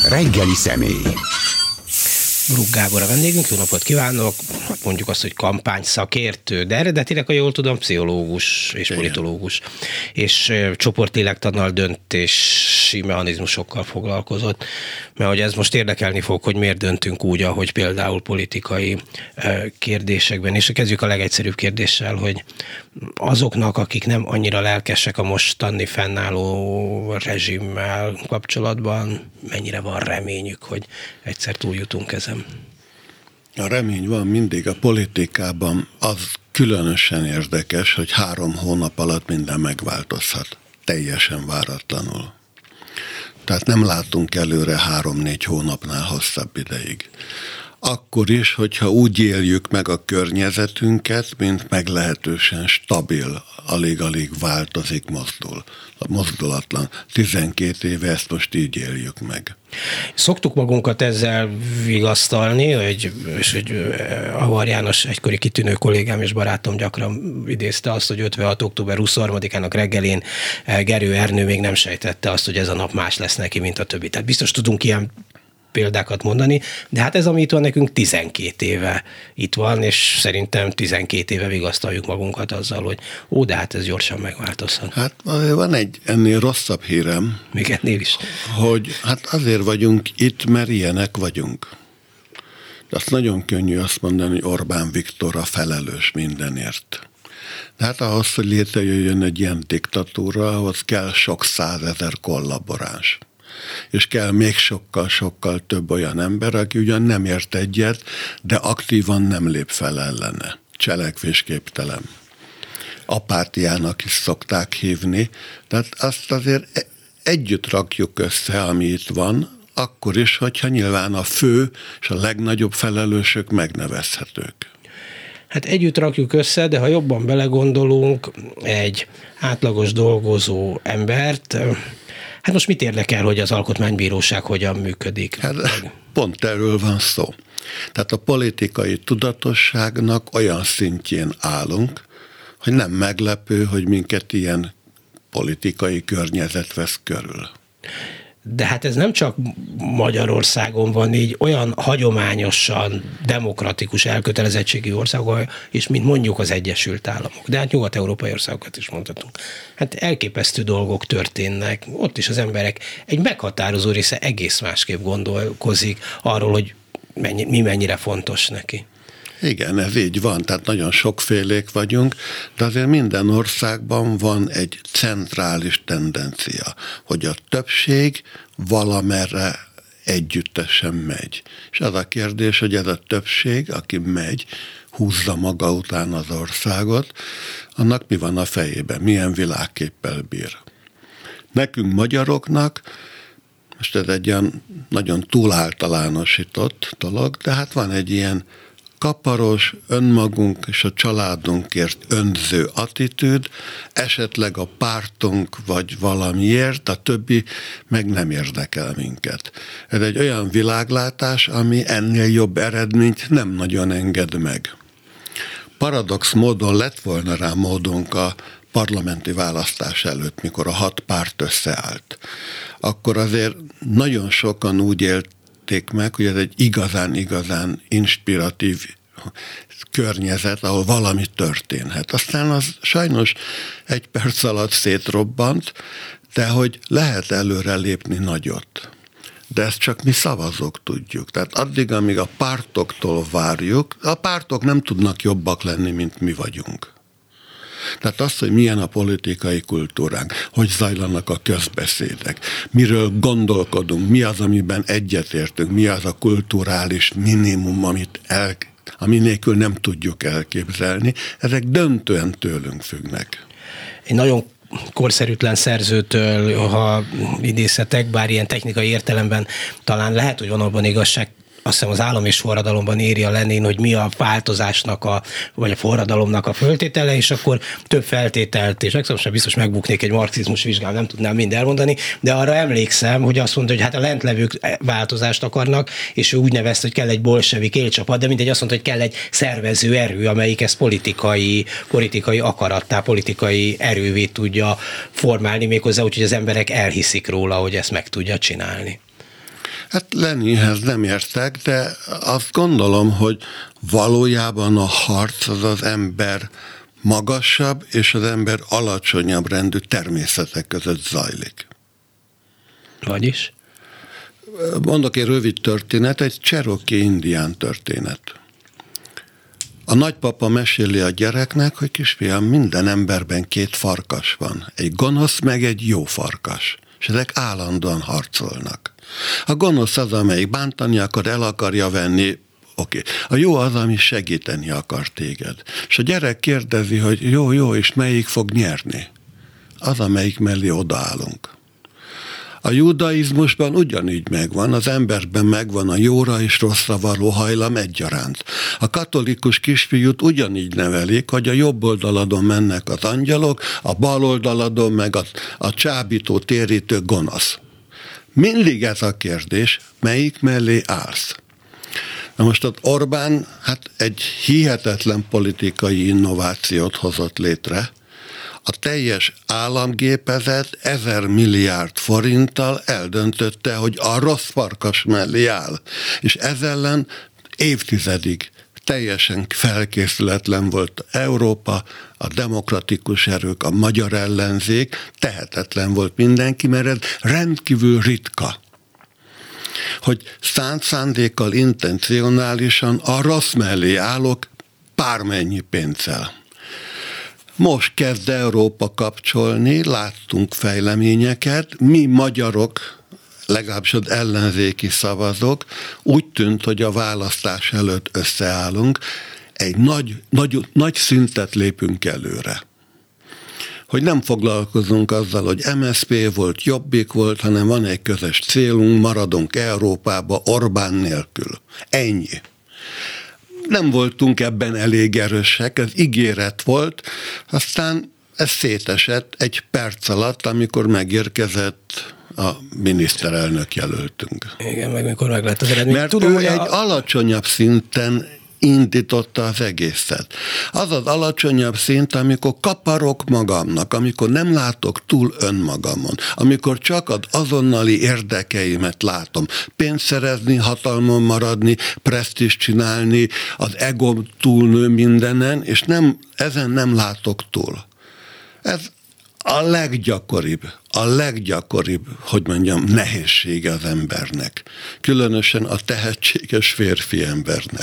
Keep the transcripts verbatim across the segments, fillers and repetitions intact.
Reggeli személy. Brugh Gábor a vendégünk, jó napot kívánok, mondjuk azt, hogy kampányszakértő, de eredetileg, ha jól tudom, pszichológus és politológus, és csoportlélektannal, döntési mechanizmusokkal foglalkozott, mert hogy ez most érdekelni fog, hogy miért döntünk úgy, ahogy például politikai kérdésekben, és kezdjük a legegyszerűbb kérdéssel, hogy azoknak, akik nem annyira lelkesek a mostani fennálló rezsimmel kapcsolatban, mennyire van reményük, hogy egyszer túljutunk ezen? A remény van mindig a politikában, az különösen érdekes, hogy három hónap alatt minden megváltozhat, teljesen váratlanul. Tehát nem látunk előre három-négy hónapnál hosszabb ideig. Akkor is, hogyha úgy éljük meg a környezetünket, mint meglehetősen stabil, alig-alig változik, mozdul, mozdulatlan. tizenkét éve ezt most így éljük meg. Szoktuk magunkat ezzel vigasztalni, hogy, és hogy Avar János egykori kitűnő kollégám és barátom gyakran idézte azt, hogy ötvenhat október huszonharmadikának reggelén Gerő Ernő még nem sejtette azt, hogy ez a nap más lesz neki, mint a többi. Tehát biztos tudunk ilyen példákat mondani, de hát ez, ami itt van nekünk, tizenkét éve itt van, és szerintem tizenkét éve vigasztaljuk magunkat azzal, hogy ó, de hát ez gyorsan megváltozhat. Hát van egy ennél rosszabb hírem. Még ennél is. Hogy hát azért vagyunk itt, mert ilyenek vagyunk. De azt nagyon könnyű azt mondani, hogy Orbán Viktor a felelős mindenért. De hát ahhoz, hogy létrejöjjön egy ilyen diktatúra, ahhoz kell sok százezer kollaboráns. És kell még sokkal-sokkal több olyan ember, aki ugyan nem ért egyet, de aktívan nem lép fel ellene. Cselekvésképtelen. Apátiának is szokták hívni. Tehát azt azért együtt rakjuk össze, ami itt van, akkor is, hogyha nyilván a fő és a legnagyobb felelősök megnevezhetők. Hát együtt rakjuk össze, de ha jobban belegondolunk, egy átlagos dolgozó embert, hát most mit érdekel, hogy az alkotmánybíróság hogyan működik? Hát, pont erről van szó. Tehát a politikai tudatosságnak olyan szintjén állunk, hogy nem meglepő, hogy minket ilyen politikai környezet vesz körül. De hát ez nem csak Magyarországon van így, olyan hagyományosan demokratikus elkötelezettségi országok, és mint mondjuk az Egyesült Államok. De hát nyugat-európai országokat is mondhatunk. Hát elképesztő dolgok történnek. Ott is az emberek egy meghatározó része egész másképp gondolkozik arról, hogy mennyi, mi mennyire fontos neki. Igen, ez így van, tehát nagyon sokfélék vagyunk, de azért minden országban van egy centrális tendencia, hogy a többség valamerre együttesen megy. És az a kérdés, hogy ez a többség, aki megy, húzza maga után az országot, annak mi van a fejében, milyen világképpel bír. Nekünk magyaroknak, most ez egy ilyen nagyon túláltalánosított dolog, de hát van egy ilyen kaparos, önmagunk és a családunkért önző attitűd, esetleg a pártunk vagy valamiért, a többi meg nem érdekel minket. Ez egy olyan világlátás, ami ennél jobb eredményt nem nagyon enged meg. Paradox módon lett volna rá módunk a parlamenti választás előtt, mikor a hat párt összeállt. Akkor azért nagyon sokan úgy élt meg, hogy ez egy igazán-igazán inspiratív környezet, ahol valami történhet. Aztán az sajnos egy perc alatt szétrobbant, de hogy lehet előre lépni nagyot. De ezt csak mi szavazók tudjuk. Tehát addig, amíg a pártoktól várjuk, a pártok nem tudnak jobbak lenni, mint mi vagyunk. Tehát az, hogy milyen a politikai kultúránk, hogy zajlanak a közbeszédek, miről gondolkodunk, mi az, amiben egyetértünk, mi az a kulturális minimum, amit el, ami nélkül nem tudjuk elképzelni, ezek döntően tőlünk függnek. Egy nagyon korszerűtlen szerzőtől, ha idézhetek, bár ilyen technikai értelemben talán lehet, hogy van abban igazság, azt hiszem az Állam és forradalomban írja Lenin, hogy mi a változásnak, a, vagy a forradalomnak a föltétele, és akkor több feltételt, és megszabadsan biztos megbuknék egy marxizmus vizsgán, nem tudnám mind elmondani, de arra emlékszem, hogy azt mondta, hogy hát a lentlevők változást akarnak, és ő úgy nevezte, hogy kell egy bolsevik élcsapat, de mindegy azt mondta, hogy kell egy szervező erő, amelyik ezt politikai, politikai akarattá, politikai erővé tudja formálni, méghozzá úgy, hogy az emberek elhiszik róla, hogy ezt meg tudja csinálni. Hát Leninhez nem értek, de azt gondolom, hogy valójában a harc az az ember magasabb és az ember alacsonyabb rendű természetek között zajlik. Vagyis? Mondok egy rövid történet, egy Cherokee indián történet. A nagypapa meséli a gyereknek, hogy kisfiam, minden emberben két farkas van. Egy gonosz, meg egy jó farkas. És ezek állandóan harcolnak. A gonosz az, amelyik bántani akar, el akarja venni, oké. Okay. A jó az, ami segíteni akar téged. És a gyerek kérdezi, hogy jó, jó, és melyik fog nyerni? Az, amelyik mellé odaállunk. A judaizmusban ugyanígy megvan, az emberben megvan a jóra és rosszra való hajlam egyaránt. A katolikus kisfiút ugyanígy nevelik, hogy a jobb oldaladon mennek az angyalok, a bal oldaladon meg a, a csábító, térítő gonosz. Mindig ez a kérdés, melyik mellé állsz. Na most ott Orbán hát egy hihetetlen politikai innovációt hozott létre. A teljes államgépezet ezer milliárd forinttal eldöntötte, hogy a rossz farkas mellé áll. És ez ellen évtizedig teljesen felkészületlen volt Európa, a demokratikus erők, a magyar ellenzék, tehetetlen volt mindenki, mert ez rendkívül ritka, hogy szánt szándékkal, intencionálisan a rossz mellé állok bármennyi pénzzel. Most kezd Európa kapcsolni, láttunk fejleményeket, mi magyarok, legalábbis az ellenzéki szavazók, úgy tűnt, hogy a választás előtt összeállunk, egy nagy, nagy, nagy szintet lépünk előre. Hogy nem foglalkozunk azzal, hogy em es zé pé volt, Jobbik volt, hanem van egy közös célunk, maradunk Európába Orbán nélkül. Ennyi. Nem voltunk ebben elég erősek, ez ígéret volt, aztán ez szétesett egy perc alatt, amikor megérkezett a miniszterelnök jelöltünk. Igen, meg mikor meg lett az eredmény. Mert Tudom, ő hogy egy a... alacsonyabb szinten indította az egészet. Az az alacsonyabb szint, amikor kaparok magamnak, amikor nem látok túl önmagamon, amikor csak az azonnali érdekeimet látom. Pénzt szerezni, hatalmon maradni, presztízst csinálni, az egóm túlnő mindenen, és nem, ezen nem látok túl. Ez a leggyakoribb, a leggyakoribb, hogy mondjam, nehézsége az embernek. Különösen a tehetséges férfi embernek.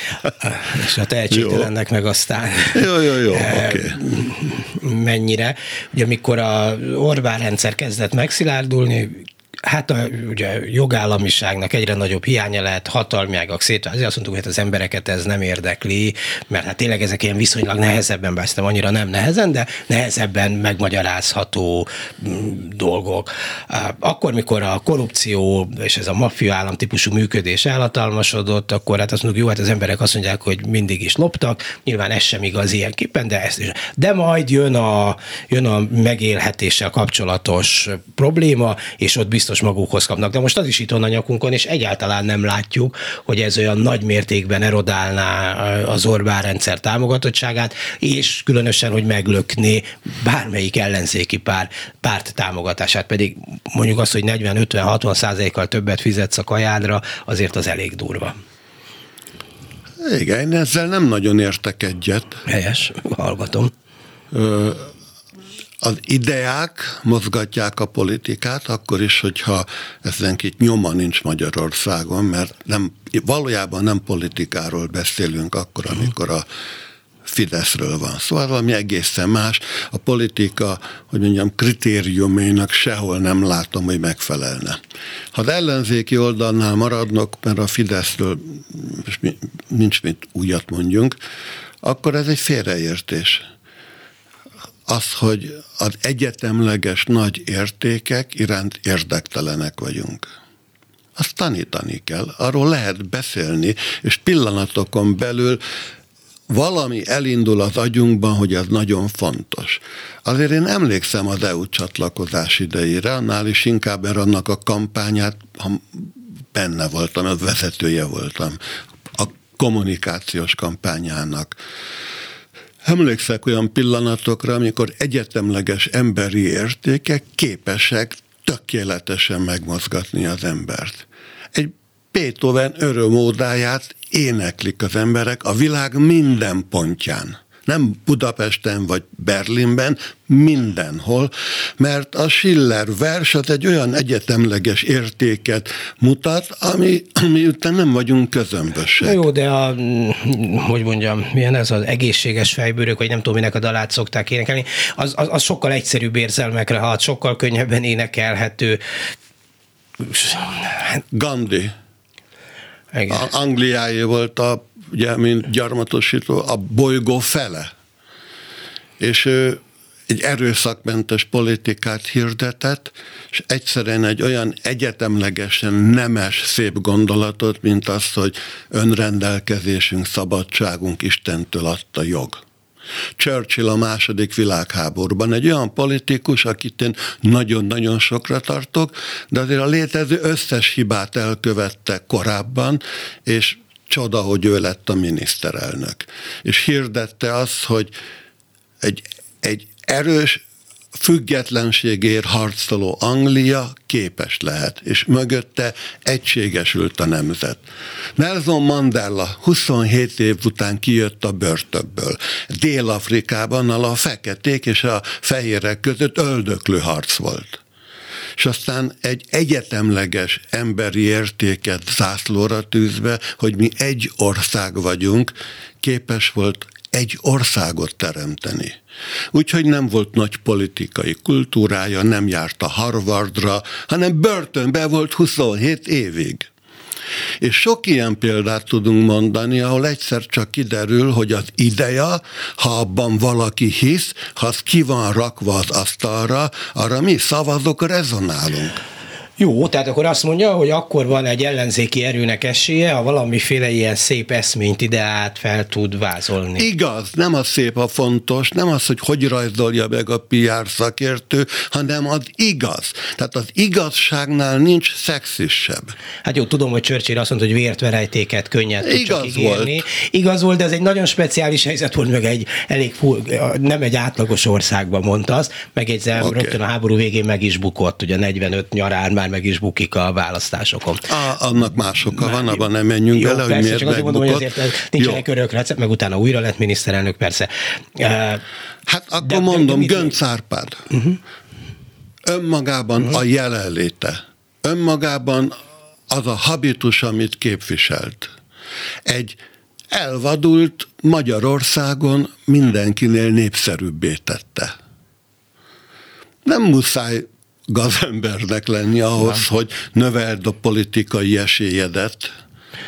És a tehetségtelennek meg aztán... Jó, jó, jó, oké. Okay. Mennyire. Ugye amikor a Orbán rendszer kezdett megszilárdulni, hát a ugye, jogállamiságnak egyre nagyobb hiánya lehet, hatalmi ágak szétvázni. Azt mondtuk, hogy az embereket ez nem érdekli, mert hát tényleg ezek ilyen viszonylag nehezebben, bár annyira nem nehezen, de nehezebben megmagyarázható dolgok. Akkor, mikor a korrupció és ez a maffia állam típusú működés elhatalmasodott, akkor hát azt mondjuk, jó, hát az emberek azt mondják, hogy mindig is loptak, nyilván ez sem igaz ilyenképpen, de ezt is. De majd jön a, jön a megélhetéssel kapcsolatos probléma, és ott biztos magukhoz kapnak. De most az is itt van a nyakunkon, és egyáltalán nem látjuk, hogy ez olyan nagy mértékben erodálná az Orbán rendszer támogatottságát, és különösen, hogy meglökné bármelyik ellenzéki pár, párt támogatását. Pedig mondjuk azt, hogy negyven-ötven-hatvan százalékkal többet fizetsz a kajádra, azért az elég durva. Igen, ezzel nem nagyon értek egyet. Helyes, hallgatom. Ö, Az ideák mozgatják a politikát, akkor is, hogyha ezenkit nyoma nincs Magyarországon, mert nem, valójában nem politikáról beszélünk akkor, amikor a Fideszről van. Szóval valami egészen más. A politika, hogy mondjam, kritériumainak sehol nem látom, hogy megfelelne. Ha az ellenzéki oldalnál maradnak, mert a Fideszről nincs mit újat mondjunk, akkor ez egy félreértés. Az, hogy az egyetemleges nagy értékek iránt érdektelenek vagyunk. Azt tanítani kell, arról lehet beszélni, és pillanatokon belül valami elindul az agyunkban, hogy ez nagyon fontos. Azért én emlékszem az é u csatlakozás idejére, annál is inkább erre annak a kampányát, ha benne voltam, az vezetője voltam, a kommunikációs kampányának. Emlékszek olyan pillanatokra, amikor egyetemleges emberi értékek képesek tökéletesen megmozgatni az embert. Egy Beethoven örömódáját éneklik az emberek a világ minden pontján. Nem Budapesten vagy Berlinben, mindenhol, mert a Schiller vers az egy olyan egyetemleges értéket mutat, ami, ami után nem vagyunk közömbösek. Na jó, de a, hogy mondjam, milyen ez az egészséges fejbőrök, vagy nem tudom, minek a dalát szokták énekelni, az, az, az sokkal egyszerűbb érzelmekre hat, sokkal könnyebben énekelhető. Gandhi. A Angliáé volt a, ugye, mint gyarmatosító, a bolygó fele. És ő egy erőszakmentes politikát hirdetett, és egyszerűen egy olyan egyetemlegesen nemes, szép gondolatot, mint az, hogy önrendelkezésünk, szabadságunk Istentől adta jog. Churchill a második világháborúban egy olyan politikus, akit én nagyon-nagyon sokra tartok, de azért a létező összes hibát elkövette korábban, és csoda, hogy ő lett a miniszterelnök. És hirdette azt, hogy egy, egy erős függetlenségért harcoló Anglia képes lehet, és mögötte egységesült a nemzet. Nelson Mandela huszonhét év után kijött a börtönből. Dél-Afrikában, ahol a feketék és a fehérek között öldöklő harc volt. És aztán egy egyetemleges emberi értéket zászlóra tűzve, hogy mi egy ország vagyunk, képes volt egy országot teremteni. Úgyhogy nem volt nagy politikai kultúrája, nem járt a Harvardra, hanem börtönben volt huszonhét évig. És sok ilyen példát tudunk mondani, ahol egyszer csak kiderül, hogy az ideja, ha abban valaki hisz, ha az ki van rakva az asztalra, arra mi szavazók rezonálunk. Jó, tehát akkor azt mondja, hogy akkor van egy ellenzéki erőnek esélye, ha valamiféle ilyen szép eszményt, ideát fel tud vázolni. Igaz, nem az szép a fontos, nem az, hogy hogy rajzolja meg a pé er szakértő, hanem az igaz. Tehát az igazságnál nincs szexisebb. Hát jó, tudom, hogy Churchill azt mondta, hogy vértverejtéket könnyed tud csak ígérni. Volt. Igaz volt, de ez egy nagyon speciális helyzet volt, meg egy elég full, nem egy átlagos országban mondta az, megjegyzem, okay. Rögtön a háború végén meg is bukott, ugye negyvenöt nyarán már meg is bukik a választásokon. A, annak más oka van, abban nem menjünk jó, bele, persze, hogy miért csak azért mondom, hogy azért nincsenek örök recept, meg utána újra lett miniszterelnök, persze. Hát akkor de, mondom, de, de Göncz Árpád. Uh-huh. Önmagában uh-huh. a jelenléte, önmagában az a habitus, amit képviselt. Egy elvadult Magyarországon mindenkinél népszerűbbé tette. Nem muszáj gazembernek lenni ahhoz, nem. hogy növeld a politikai esélyedet.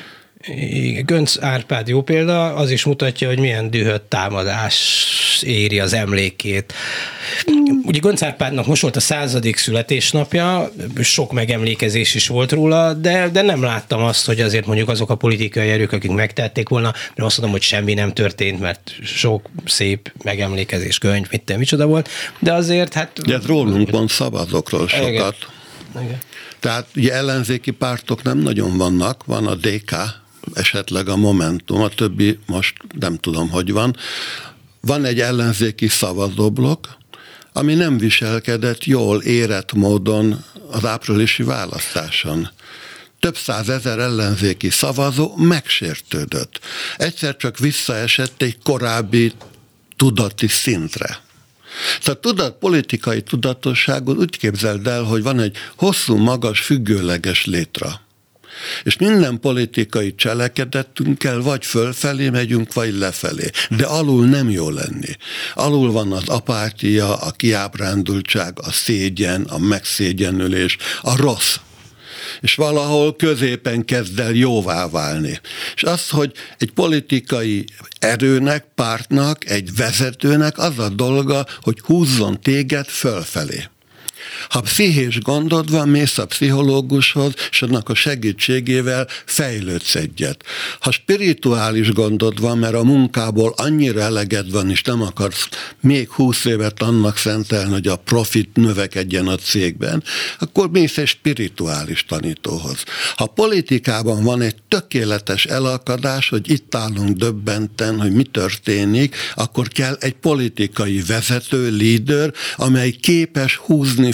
Göncz Árpád jó példa, az is mutatja, hogy milyen dühött támadás éri az emlékét. Ugye Göncz Árpádnak most volt a századik születésnapja, sok megemlékezés is volt róla, de, de nem láttam azt, hogy azért mondjuk azok a politikai erők, akik megtették volna, mert azt mondom, hogy semmi nem történt, mert sok szép megemlékezés, könyv, mit te, micsoda volt, de azért hát... De rólunk van szavazókról sokat. Igen. Igen. Tehát ugye ellenzéki pártok nem nagyon vannak, van a dé ká, esetleg a Momentum, a többi most nem tudom, hogy van. Van egy ellenzéki szavazóblokk, ami nem viselkedett jól, érett módon az áprilisi választáson. Több százezer ellenzéki szavazó megsértődött. Egyszer csak visszaesett egy korábbi tudati szintre. Szóval tudat, politikai tudatosságot úgy képzeld el, hogy van egy hosszú, magas, függőleges létra. És minden politikai cselekedetünkkel vagy fölfelé megyünk, vagy lefelé. De alul nem jó lenni. Alul van az apátia, a kiábrándultság, a szégyen, a megszégyenülés, a rossz. És valahol középen kezd el jóvá válni. És az, hogy egy politikai erőnek, pártnak, egy vezetőnek az a dolga, hogy húzzon téged fölfelé. Ha pszichés gondod van, mész a pszichológushoz, és annak a segítségével fejlődsz egyet. Ha spirituális gondod van, mert a munkából annyira eleged van, és nem akarsz még húsz évet annak szentelni, hogy a profit növekedjen a cégben, akkor mész egy spirituális tanítóhoz. Ha politikában van egy tökéletes elakadás, hogy itt állunk döbbenten, hogy mi történik, akkor kell egy politikai vezető, líder, amely képes húzni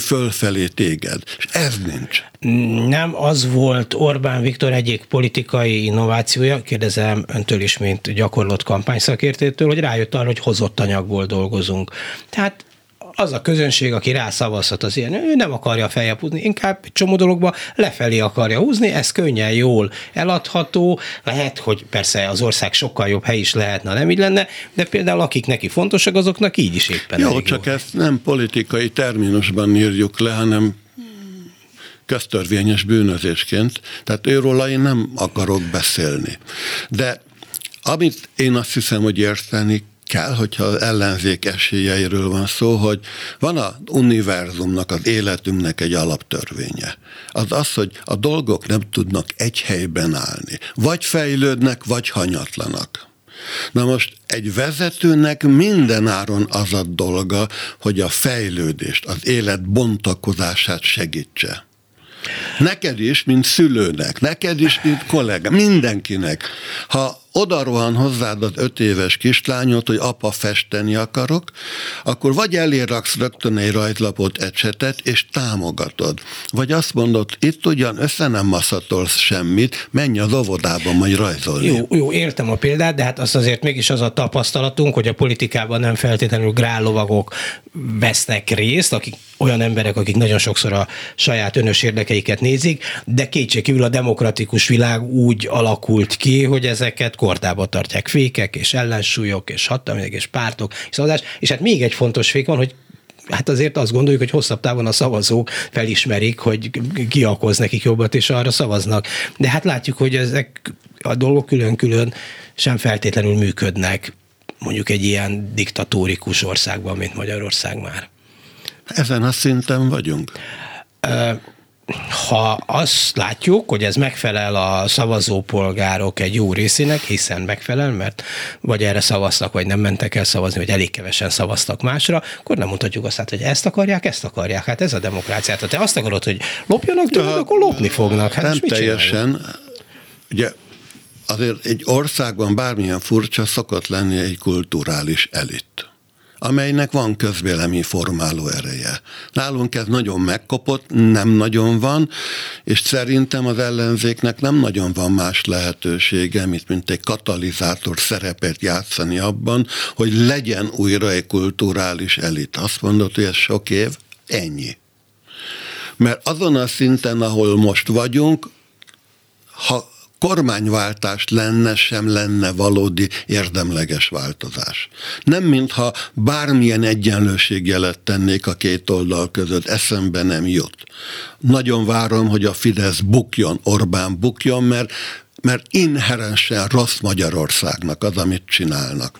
fölfelé téged. És ez nincs. Nem az volt Orbán Viktor egyik politikai innovációja, kérdezem öntől is, mint gyakorlott kampányszakértőtől, hogy rájött arra, hogy hozott anyagból dolgozunk. Tehát az a közönség, aki rászavazhat az ilyen, ő nem akarja feljebb húzni, inkább egy csomó dologba lefelé akarja húzni, ez könnyen, jól eladható, lehet, hogy persze az ország sokkal jobb hely is lehetne, nem így lenne, de például akik neki fontosak, azoknak így is éppen jó, csak jó. Ezt nem politikai terminusban írjuk le, hanem köztörvényes bűnözésként, tehát őróla én nem akarok beszélni. De amit én azt hiszem, hogy érteni kell, hogyha az ellenzék esélyeiről van szó, hogy van az univerzumnak, az életünknek egy alaptörvénye. Az az, hogy a dolgok nem tudnak egy helyben állni. Vagy fejlődnek, vagy hanyatlanak. Na most egy vezetőnek mindenáron az a dolga, hogy a fejlődést, az élet bontakozását segítse. Neked is, mint szülőnek, neked is, mint kollega, mindenkinek. Ha oda rohan hozzád az öt éves kislányot, hogy apa, festeni akarok, akkor vagy eléraksz rögtön egy rajzlapot, ecsetet, és támogatod. Vagy azt mondod, itt ugyan össze nem maszatolsz semmit, menj az óvodába majd rajzolni. Jó, jó, értem a példát, de hát azt azért mégis az a tapasztalatunk, hogy a politikában nem feltétlenül grállovagok vesznek részt, akik olyan emberek, akik nagyon sokszor a saját önös érdekeiket nézik, de kétségkívül a demokratikus világ úgy alakult ki, hogy ezeket kordába tartják fékek, és ellensúlyok, és hatalmiak, és pártok, és szavazás. És hát még egy fontos fék van, hogy hát azért azt gondoljuk, hogy hosszabb távon a szavazók felismerik, hogy ki okoz nekik jobbat, és arra szavaznak. De hát látjuk, hogy ezek a dolgok külön-külön sem feltétlenül működnek, mondjuk egy ilyen diktatórikus országban, mint Magyarország már. Ezen a szinten vagyunk. Ha azt látjuk, hogy ez megfelel a szavazópolgárok egy jó részének, hiszen megfelel, mert vagy erre szavaztak, vagy nem mentek el szavazni, vagy elég kevesen szavaztak másra, akkor nem mondhatjuk azt, hogy ezt akarják, ezt akarják. Hát ez a demokrácia. Ha te azt akarod, hogy lopjanak tőled, akkor lopni fognak. Hát nem teljesen. Ugye azért egy országban bármilyen furcsa szokott lenni egy kulturális elit, amelynek van közvélemény formáló ereje. Nálunk ez nagyon megkopott, nem nagyon van, és szerintem az ellenzéknek nem nagyon van más lehetősége, mint, mint egy katalizátor szerepet játszani abban, hogy legyen újra egy kulturális elit. Azt mondod, hogy ez sok év, ennyi. Mert azon a szinten, ahol most vagyunk, ha kormányváltás lenne, sem lenne valódi érdemleges változás. Nem mintha bármilyen egyenlőségjelet tennék a két oldal között, eszembe nem jut. Nagyon várom, hogy a Fidesz bukjon, Orbán bukjon, mert, mert inherensen rossz Magyarországnak az, amit csinálnak.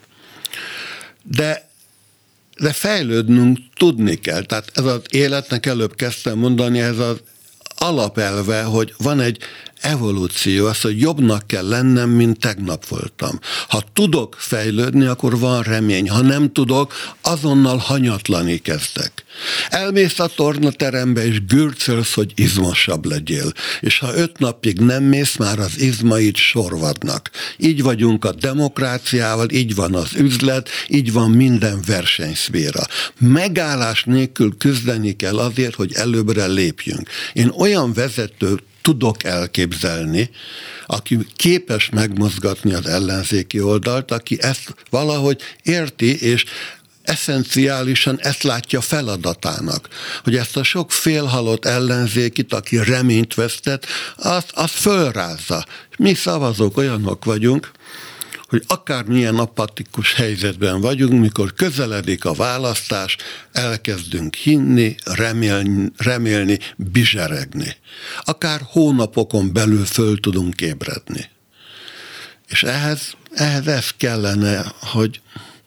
De de fejlődnünk tudni kell. Tehát ez az életnek, előbb kezdtem mondani, ez az alapelve, hogy van egy evolúció, az, hogy jobbnak kell lennem, mint tegnap voltam. Ha tudok fejlődni, akkor van remény. Ha nem tudok, azonnal hanyatlani kezdek. Elmész a tornaterembe, és gürcölsz, hogy izmosabb legyél. És ha öt napig nem mész, már az izmaid sorvadnak. Így vagyunk a demokráciával, így van az üzlet, így van minden versenyszféra. Megállás nélkül küzdeni kell azért, hogy előbbre lépjünk. Én olyan vezetőt tudok elképzelni, aki képes megmozgatni az ellenzéki oldalt, aki ezt valahogy érti, és eszenciálisan ezt látja feladatának, hogy ezt a sok félhalott ellenzékit, aki reményt vesztett, azt, azt fölrázza. Mi szavazók olyanok vagyunk, hogy akármilyen apatikus helyzetben vagyunk, mikor közeledik a választás, elkezdünk hinni, remélni, remélni, bizseregni. Akár hónapokon belül föl tudunk ébredni. És ehhez, ehhez ez kellene, hogy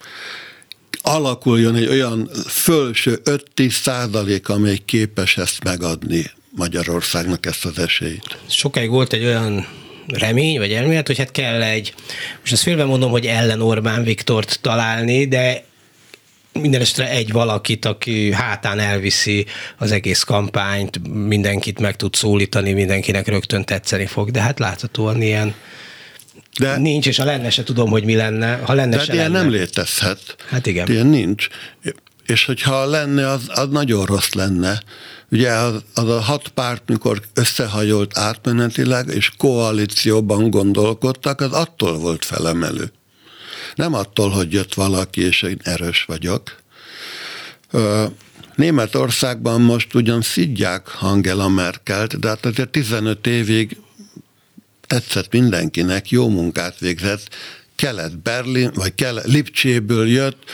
alakuljon egy olyan fölső öt-tíz százalék, amely képes ezt megadni Magyarországnak, ezt az esélyt. Sokáig volt egy olyan remény, vagy elmélet, hogy hát kell egy, most ezt félve mondom, hogy ellen Orbán Viktort találni, de minden esetre egy valakit, aki hátán elviszi az egész kampányt, mindenkit meg tud szólítani, mindenkinek rögtön tetszeni fog, de hát láthatóan ilyen de, nincs, és ha lenne, se tudom, hogy mi lenne. Ha lenne, de se ilyen lenne. nem létezhet. Hát igen. Ilyen nincs. És hogyha lenne, az, az nagyon rossz lenne. Ugye az, az a hat párt, mikor összehajolt átmenetileg, és koalícióban gondolkodtak, az attól volt felemelő. Nem attól, hogy jött valaki, és én erős vagyok. Németországban most ugyan szidják Angela Merkelt, de hát azért tizenöt évig tetszett mindenkinek, jó munkát végzett. Kelet-Berlin, vagy Kelet, Lipcséből jött,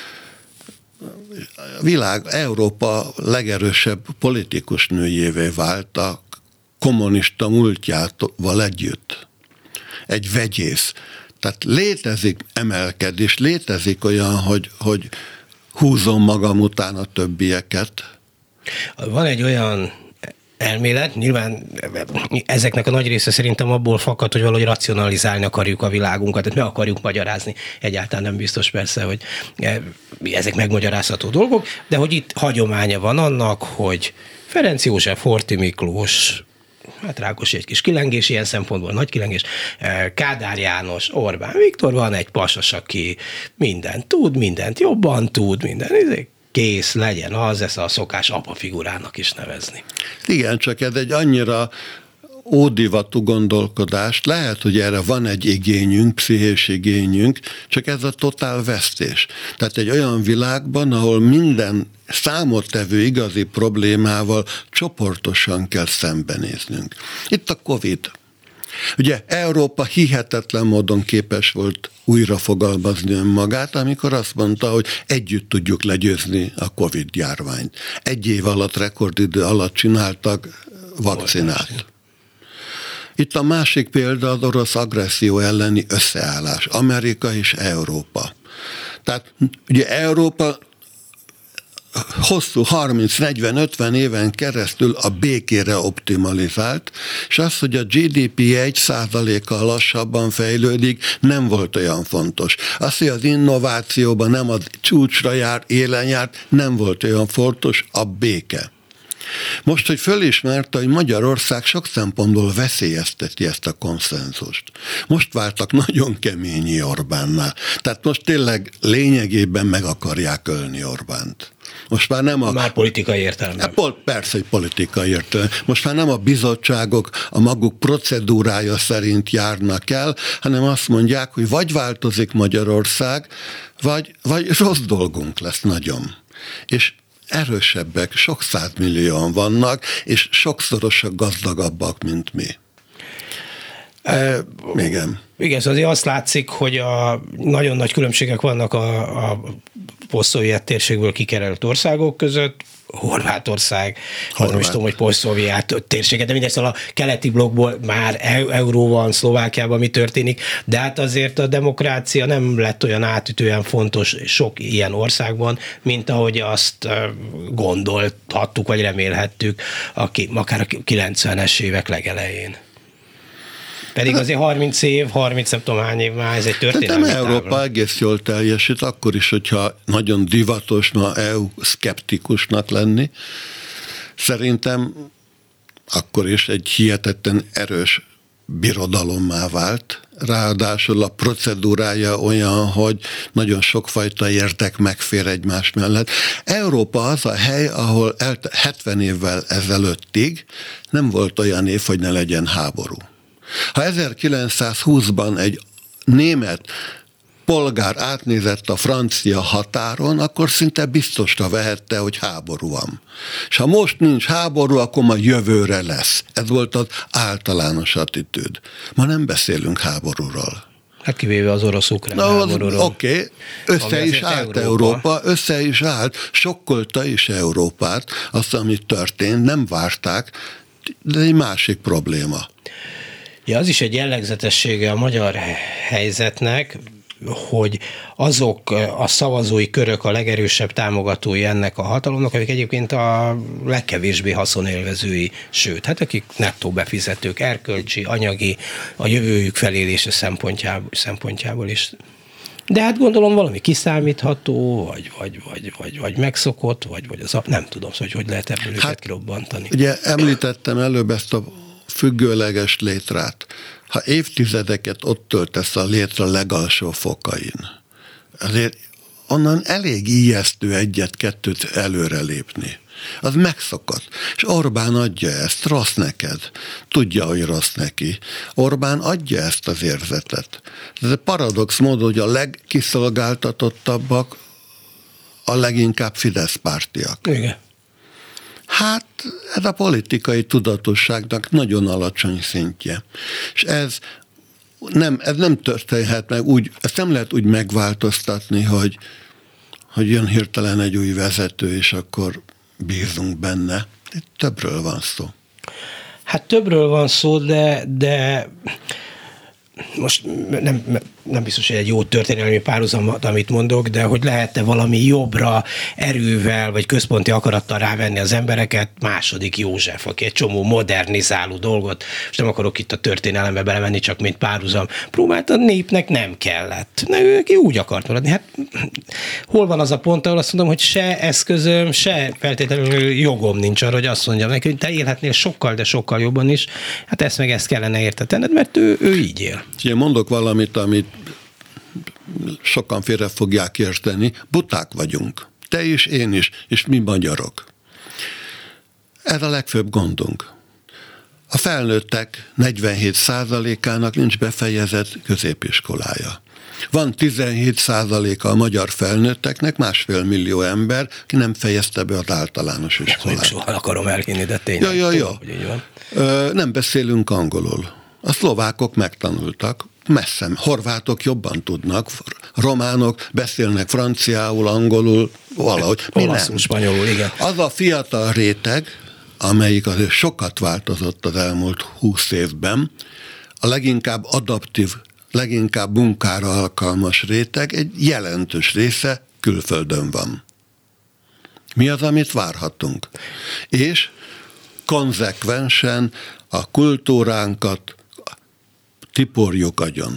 a világ, Európa legerősebb politikus nőjévé vált a kommunista múltjával együtt. Egy vegyész. Tehát létezik emelkedés, létezik olyan, hogy, hogy húzom magam után a többieket. Van egy olyan elmélet, nyilván ezeknek a nagy része szerintem abból fakad, hogy valahogy racionalizálni akarjuk a világunkat, tehát meg akarjuk magyarázni. Egyáltalán nem biztos persze, hogy ezek megmagyarázható dolgok, de hogy itt hagyománya van annak, hogy Ferenc József, Horthy Miklós, hát Rákosi egy kis kilengés, ilyen szempontból nagy kilengés, Kádár János, Orbán Viktor, van egy pasas, aki mindent tud, mindent jobban tud, minden, kész, legyen az, ez a szokás apa figurának is nevezni. Igen, csak ez egy annyira ódivatú gondolkodás, lehet, hogy erre van egy igényünk, pszichés igényünk, csak ez a totál vesztés. Tehát egy olyan világban, ahol minden számottevő igazi problémával csoportosan kell szembenéznünk. Itt a Covid. Ugye Európa hihetetlen módon képes volt újra fogalmazni önmagát, amikor azt mondta, hogy együtt tudjuk legyőzni a Covid járványt. Egy év alatt, rekordidő alatt csináltak vakcinát. Itt a másik példa az orosz agresszió elleni összeállás. Amerika és Európa. Tehát ugye Európa hosszú harminc, negyven, ötven éven keresztül a békére optimalizált, és az, hogy a gé dé pé egy százalékkal lassabban fejlődik, nem volt olyan fontos. Az, hogy az innovációban nem az csúcsra járt, élen járt, nem volt olyan fontos, a béke. Most, hogy fölismerte, hogy Magyarország sok szempontból veszélyezteti ezt a konszenzust. Most váltak nagyon keményi Orbánnál. Tehát most tényleg lényegében meg akarják ölni Orbánt. Most már nem a... Már politikai értelemben. Persze, hogy politikai értelemben. Most már nem a bizottságok a maguk procedúrája szerint járnak el, hanem azt mondják, hogy vagy változik Magyarország, vagy, vagy rossz dolgunk lesz nagyon. És erősebbek, sok százmillióan vannak, és sokszorosak gazdagabbak, mint mi. E, igen. Igen, szóval azért azt látszik, hogy a nagyon nagy különbségek vannak a, a posztszovjet térségből kikerült országok között, Horvátország, Horvát. Nem is tudom, hogy posztszovjet térsége, de mindegy, szóval a keleti blokkból már euró van, Szlovákiában mi történik, de hát azért a demokrácia nem lett olyan átütően fontos sok ilyen országban, mint ahogy azt gondolhattuk, vagy remélhettük, aki, akár a kilencvenes évek legelején. Pedig azért harminc év, harminc nem tudom hány év már, ez egy történelmi távol. Európa egész jól teljesít, akkor is, hogyha nagyon divatos ma é u-szkeptikusnak lenni. Szerintem akkor is egy hihetetlen erős birodalommá vált. Ráadásul a procedúrája olyan, hogy nagyon sokfajta érdek megfér egymás mellett. Európa az a hely, ahol hetven évvel ezelőttig nem volt olyan év, hogy ne legyen háború. Ha ezerkilencszázhúszban egy német polgár átnézett a francia határon, akkor szinte biztosra vehette, hogy háború van. És ha most nincs háború, akkor ma jövőre lesz. Ez volt az általános attitűd. Ma nem beszélünk háborúról. Hát kivéve az orosz-ukrán háborúról. Oké, okay. össze is állt Európa. Európa, össze is állt, sokkolta is Európát, azt, ami történt, nem várták, de egy másik probléma. Ja, az is egy jellegzetessége a magyar helyzetnek, hogy azok a szavazói körök a legerősebb támogatói ennek a hatalomnak, akik egyébként a legkevésbé haszonélvezői, sőt, hát akik nettó befizetők, erkölcsi, anyagi, a jövőjük felélése szempontjából, szempontjából is. De hát gondolom valami kiszámítható, vagy, vagy, vagy, vagy, vagy megszokott, vagy, vagy az, nem tudom, hogy hogy lehet ebből hát, őket kirobbantani. Ugye említettem előbb ezt a függőleges létrát. Ha évtizedeket ott töltesz a létre legalsó fokain, azért onnan elég ijesztő egyet-kettőt előrelépni. Az megszokott. És Orbán adja ezt, rossz neked. Tudja, hogy rossz neki. Orbán adja ezt az érzetet. Ez a paradox módon, hogy a legkiszolgáltatottabbak a leginkább Fidesz pártiak. Igen. Hát ez a politikai tudatosságnak nagyon alacsony szintje. És ez nem, ez nem történhet meg úgy, ezt nem lehet úgy megváltoztatni, hogy, hogy jön hirtelen egy új vezető, és akkor bízunk benne. Itt többről van szó. Hát többről van szó, de, de most nem, nem biztos, hogy egy jó történelmi párhuzamot, amit mondok, de hogy lehet-e valami jobbra erővel, vagy központi akarattal rávenni az embereket, második József, aki egy csomó modernizáló dolgot, és nem akarok itt a történelembe belemenni, csak mint párhuzam, próbált, a népnek nem kellett. Na, ő úgy akart maradni. Hát hol van az a pont, ahol azt mondom, hogy se eszközöm, se feltétlenül jogom nincs arra, hogy azt mondjam neki, hogy te élhetnél sokkal, de sokkal jobban is. Hát ezt meg ezt kellene értetned, mert ő, ő így él. Én mondok valamit, amit sokan félre fogják érteni, buták vagyunk. Te is, én is, és mi magyarok. Ez a legfőbb gondunk. A felnőttek negyvenhét százalékának nincs befejezett középiskolája. Van tizenhét százaléka a magyar felnőtteknek, másfél millió ember, ki nem fejezte be az általános iskolát. Nem soha akarom elhinni, de tényleg. Ja, ja, ja. Tudom, hogy így van. Ö, nem beszélünk angolul. A szlovákok megtanultak, messze, horvátok jobban tudnak, románok beszélnek franciául, angolul, valahogy. Olaszul, spanyolul, igen. Az a fiatal réteg, amelyik azért sokat változott az elmúlt húsz évben, a leginkább adaptív, leginkább munkára alkalmas réteg, egy jelentős része külföldön van. Mi az, amit várhatunk? És konzekvensen a kultúránkat tiporjuk agyon.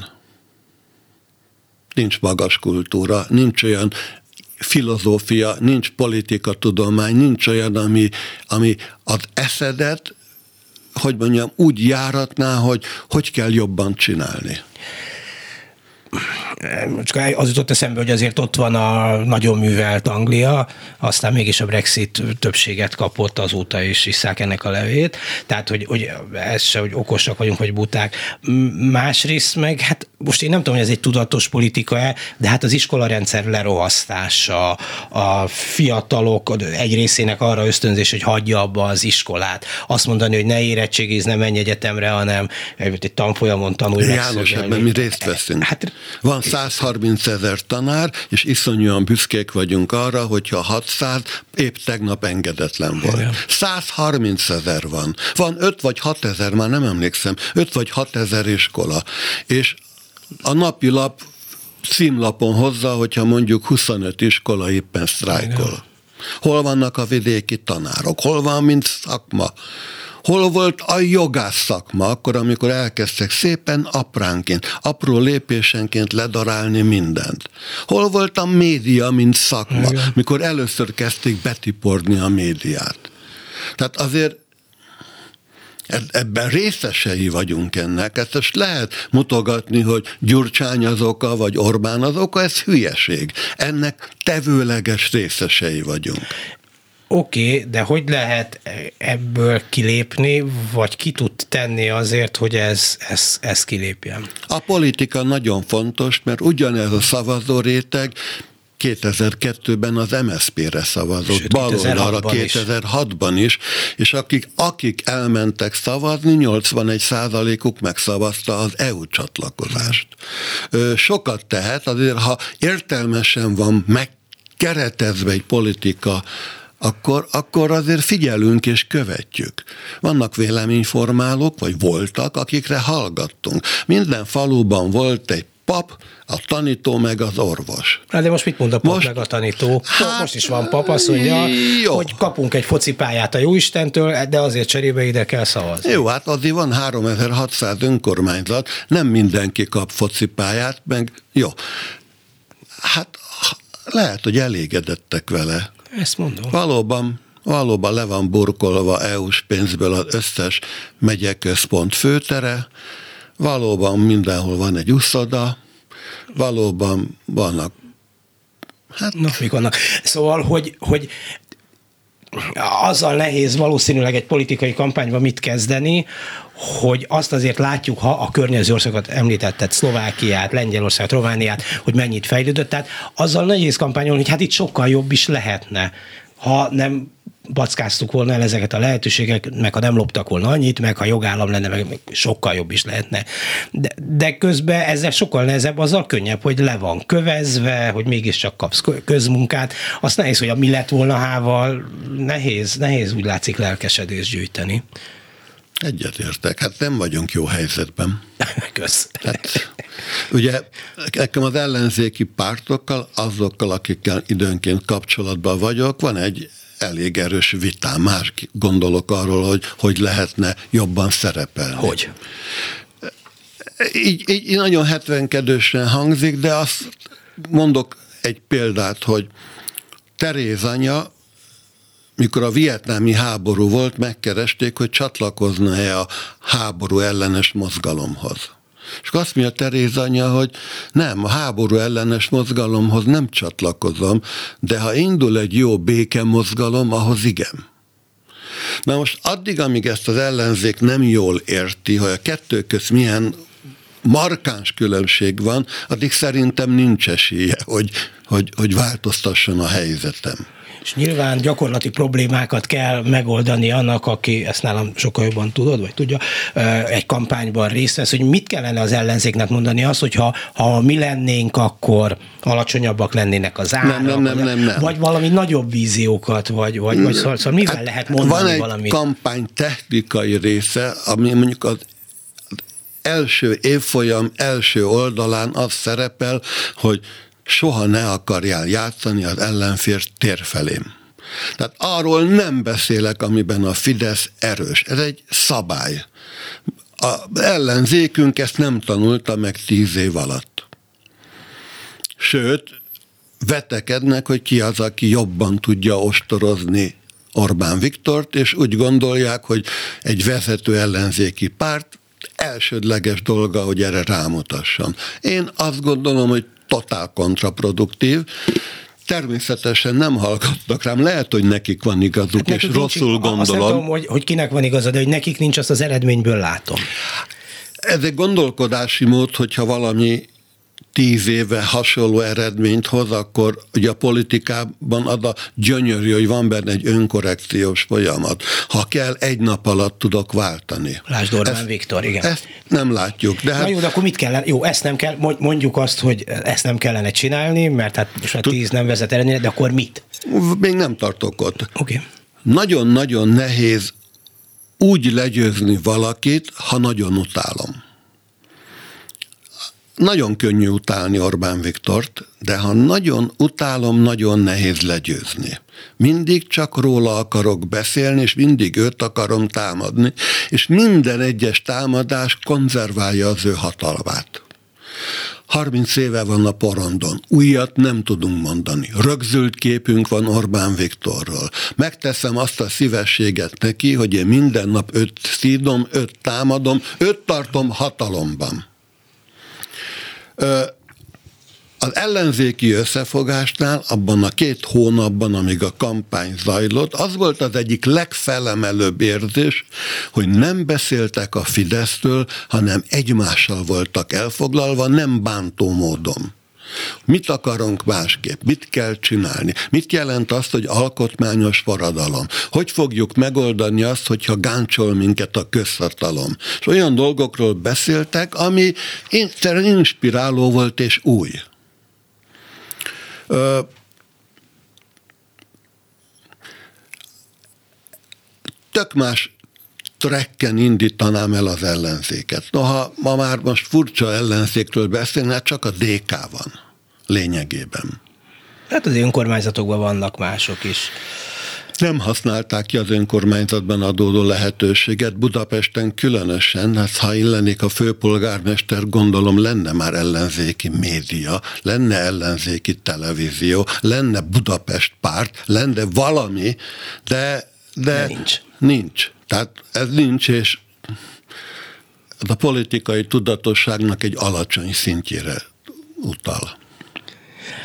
Nincs magas kultúra, nincs olyan filozófia, nincs politikatudomány, nincs olyan, ami, ami az eszedet, hogy mondjam, úgy járatná, hogy hogy kell jobban csinálni. Csak az jutott eszembe, hogy azért ott van a nagyon művelt Anglia, aztán mégis a Brexit többséget kapott, azóta is isszák ennek a levét. Tehát, hogy, hogy ez se, hogy okosak vagyunk, vagy buták. Másrészt meg, hát most én nem tudom, hogy ez egy tudatos politika-e, de hát az iskolarendszer lerohasztása, a fiatalok egy részének arra ösztönzés, hogy hagyja abba az iskolát. Azt mondani, hogy ne érettségiz, ne menj egyetemre, hanem egy tanfolyamon tanulj meg. János, ebben mi részt veszünk. Hát, van százharminc ezer tanár, és iszonyúan büszkék vagyunk arra, hogyha hatszáz épp tegnap engedetlen volt. Igen. százharminc ezer van. Van öt vagy hat ezer, már nem emlékszem, öt vagy hat ezer iskola. És a napilap címlapon hozza, hogyha mondjuk huszonöt iskola éppen sztrájkol. Hol vannak a vidéki tanárok? Hol van, mint szakma? Hol volt a jogász szakma, akkor, amikor elkezdtek szépen apránként, apró lépésenként ledarálni mindent? Hol volt a média, mint szakma, igen, mikor először kezdték betiporni a médiát? Tehát azért ebben részesei vagyunk ennek. Ezt most lehet mutogatni, hogy Gyurcsány az oka, vagy Orbán az oka, ez hülyeség. Ennek tevőleges részesei vagyunk. Oké, okay, de hogy lehet ebből kilépni, vagy ki tud tenni azért, hogy ez, ez, ez kilépjen? A politika nagyon fontos, mert ugyanez a szavazó réteg kétezer-kettőben az em es zé pére szavazott, baloldalra kétezer-hatban is, és akik, akik elmentek szavazni, nyolcvanegy százalékuk megszavazta az é u csatlakozást. Sokat tehet, azért ha értelmesen van megkeretezve egy politika, Akkor, akkor azért figyelünk és követjük. Vannak véleményformálók, vagy voltak, akikre hallgattunk. Minden faluban volt egy pap, a tanító meg az orvos. Hát de most mit mond a pap most, meg a tanító? Hát, most is van pap, azt mondja, jó, hogy kapunk egy focipályát a Jóistentől, de azért cserébe ide kell szavazni. Jó, hát azért van háromezer-hatszáz önkormányzat, nem mindenki kap focipályát, meg jó. Hát lehet, hogy elégedettek vele. Ezt mondom. Valóban, valóban le van burkolva é u-s pénzből az összes megyeközpont főtere, valóban mindenhol van egy uszoda, valóban vannak Hát, na, mik vannak. Szóval, hogy, hogy azzal nehéz valószínűleg egy politikai kampányban mit kezdeni, hogy azt azért látjuk, ha a környező országokat említetted, Szlovákiát, Lengyelországot, Romániát, hogy mennyit fejlődött, tehát azzal nehéz kampányolni, hogy hát itt sokkal jobb is lehetne, ha nem backáztuk volna el ezeket a lehetőségek, meg ha nem loptak volna annyit, meg ha jogállam lenne, meg sokkal jobb is lehetne. De, de közben ezzel sokkal nehezebb, azzal könnyebb, hogy le van kövezve, hogy mégiscsak kapsz közmunkát. Azt nehéz, hogy a mi lett volna hával, nehéz, nehéz úgy látszik lelkesedést gyűjteni. Egyetértek, hát nem vagyunk jó helyzetben. Kösz. Hát, ugye nekem az ellenzéki pártokkal, azokkal, akikkel időnként kapcsolatban vagyok, van egy elég erős vitám. Más gondolok arról, hogy hogy lehetne jobban szerepelni. Hogy? Így, így nagyon hetvenkedősen hangzik, de azt mondok egy példát, hogy Teréz anya, mikor a vietnámi háború volt, megkeresték, hogy csatlakozna-e a háború ellenes mozgalomhoz. És azt mondja Teréz anya, hogy nem, a háború ellenes mozgalomhoz nem csatlakozom, de ha indul egy jó béke mozgalom, ahhoz igen. Na most addig, amíg ezt az ellenzék nem jól érti, hogy a kettő közt milyen markáns különbség van, addig szerintem nincs esélye, hogy, hogy, hogy változtasson a helyzetem. És nyilván gyakorlati problémákat kell megoldani annak, aki ezt nálam sokkal jobban tudod, vagy tudja, egy kampányban részt vesz, hogy mit kellene az ellenzéknek mondani az, hogyha ha mi lennénk, akkor alacsonyabbak lennének az árak, nem, nem, nem, nem, nem. vagy valami nagyobb víziókat, vagy, vagy, vagy szóval, szóval mivel hát lehet mondani van egy valamit? kampány technikai része, ami mondjuk az első évfolyam első oldalán az szerepel, hogy soha ne akarjál játszani az ellenfél térfelén. Tehát arról nem beszélek, amiben a Fidesz erős. Ez egy szabály. Az ellenzékünk ezt nem tanulta meg tíz év alatt. Sőt, vetekednek, hogy ki az, aki jobban tudja ostorozni Orbán Viktort, és úgy gondolják, hogy egy vezető ellenzéki párt elsődleges dolga, hogy erre rámutasson. Én azt gondolom, hogy totál kontraproduktív. Természetesen nem hallgatnak rám, lehet, hogy nekik van igazuk, hát és rosszul nincs, gondolom. Azt nem tudom, hogy, hogy kinek van igaza, de hogy nekik nincs, azt az eredményből látom. Ez egy gondolkodási mód, hogyha valami tíz éve hasonló eredményt hoz, akkor ugye a politikában az a gyönyörű, hogy van benne egy önkorrekciós folyamat. Ha kell, egy nap alatt tudok váltani. Lásd Orbán ezt, Viktor, igen. Ezt nem látjuk. De Na hát... jó, de akkor mit kellene? Jó, ezt nem kell, mondjuk azt, hogy ezt nem kellene csinálni, mert hát most a tíz nem vezet eredményre, de akkor mit? Még nem tartok ott. Oké. Okay. Nagyon-nagyon nehéz úgy legyőzni valakit, ha nagyon utálom. Nagyon könnyű utálni Orbán Viktort, de ha nagyon utálom, nagyon nehéz legyőzni. Mindig csak róla akarok beszélni, és mindig őt akarom támadni, és minden egyes támadás konzerválja az ő hatalmát. harminc éve van a porondon, újat nem tudunk mondani. Rögzült képünk van Orbán Viktorról. Megteszem azt a szívességet neki, hogy én minden nap őt szídom, őt támadom, őt tartom hatalomban. Az ellenzéki összefogásnál, abban a két hónapban, amíg a kampány zajlott, az volt az egyik legfelemelőbb érzés, hogy nem beszéltek a Fidesztől, hanem egymással voltak elfoglalva, nem bántó módon. Mit akarunk másképp? Mit kell csinálni? Mit jelent azt, hogy alkotmányos forradalom? Hogy fogjuk megoldani azt, hogyha gáncsol minket a közhatalom? És olyan dolgokról beszéltek, ami inspiráló volt és új. Ö, tök más trekken indítanám el az ellenzéket. Noha ma már most furcsa ellenzékről beszélni, hát csak a dé ká van lényegében. Hát az önkormányzatokban vannak mások is. Nem használták ki az önkormányzatban adódó lehetőséget, Budapesten különösen, hát ha én lennék a főpolgármester, gondolom lenne már ellenzéki média, lenne ellenzéki televízió, lenne Budapest párt, lenne valami, de, de, de nincs. nincs. Tehát ez nincs, és a politikai tudatosságnak egy alacsony szintjére utal.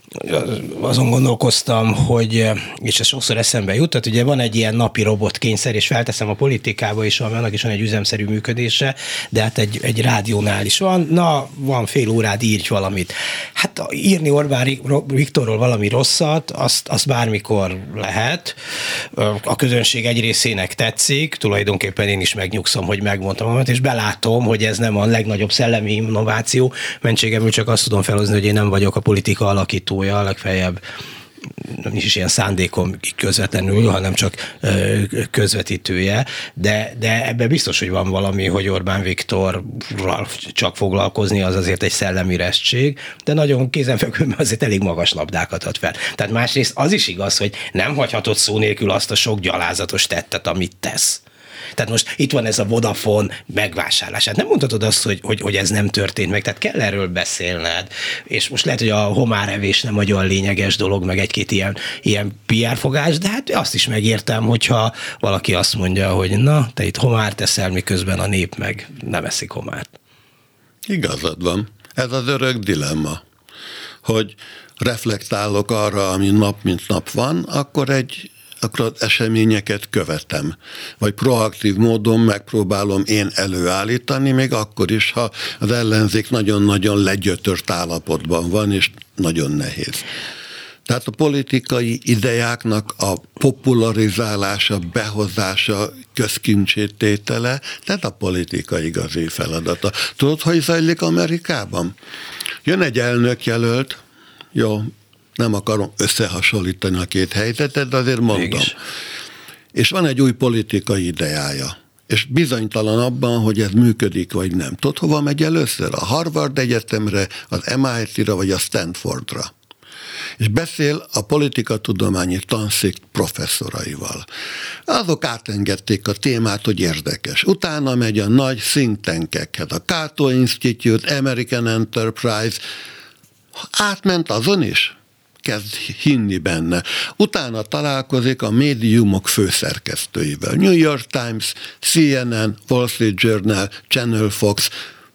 azon gondolkoztam, hogy, és ez sokszor eszembe jut, tehát ugye van egy ilyen napi robotkényszer, és felteszem a politikába is, annak is van egy üzemszerű működése, de hát egy, egy rádiónál is van, na, van fél órád, írj valamit. Hát írni Orbán Viktorról valami rosszat, azt, azt bármikor lehet. A közönség egy részének tetszik, tulajdonképpen én is megnyugszom, hogy megmondtam valamit, és belátom, hogy ez nem a legnagyobb szellemi innováció. Mentségemül csak azt tudom felhozni, hogy én nem vagyok a politika alakítója, legfeljebb nem is ilyen szándékom közvetlenül, hanem csak közvetítője, de, de ebben biztos, hogy van valami, hogy Orbán Viktorral csak foglalkozni, az azért egy szellemi restség, de nagyon kézenfekvően azért elég magas labdákat ad fel. Tehát másrészt az is igaz, hogy nem hagyhatod szó nélkül azt a sok gyalázatos tettet, amit tesz. Tehát most itt van ez a Vodafone megvásárlás. Hát nem mondhatod azt, hogy, hogy, hogy ez nem történt meg, tehát kell erről beszélned. És most lehet, hogy a homárevés nem olyan lényeges dolog, meg egy-két ilyen, ilyen pé er fogás, de hát azt is megértem, hogyha valaki azt mondja, hogy na, te itt homár teszel, miközben a nép meg nem eszik homárt. Igazad van. Ez az örök dilemma, hogy reflektálok arra, ami nap mint nap van, akkor egy akkor az eseményeket követem. Vagy proaktív módon megpróbálom én előállítani, még akkor is, ha az ellenzék nagyon-nagyon legyötört állapotban van, és nagyon nehéz. Tehát a politikai ideáknak a popularizálása, behozása, közkincsététele, tehát a politika igazi feladata. Tudod, hogy zajlik Amerikában? Jön egy elnökjelölt, jó, nem akarom összehasonlítani a két helyzetet, de azért mondom. Mégis. És van egy új politikai ideája. És bizonytalan abban, hogy ez működik, vagy nem. Tudod, hova megy először? A Harvard Egyetemre, az em i té-ra, vagy a Stanfordra. És beszél a politikatudományi tanszék professzoraival. Azok átengedték a témát, hogy érdekes. Utána megy a nagy think tankekhez, a Cato Institute, American Enterprise. Átment azon is. Kezd hinni benne. Utána találkozik a médiumok főszerkesztőivel. New York Times, cé en en, Wall Street Journal, Channel Fox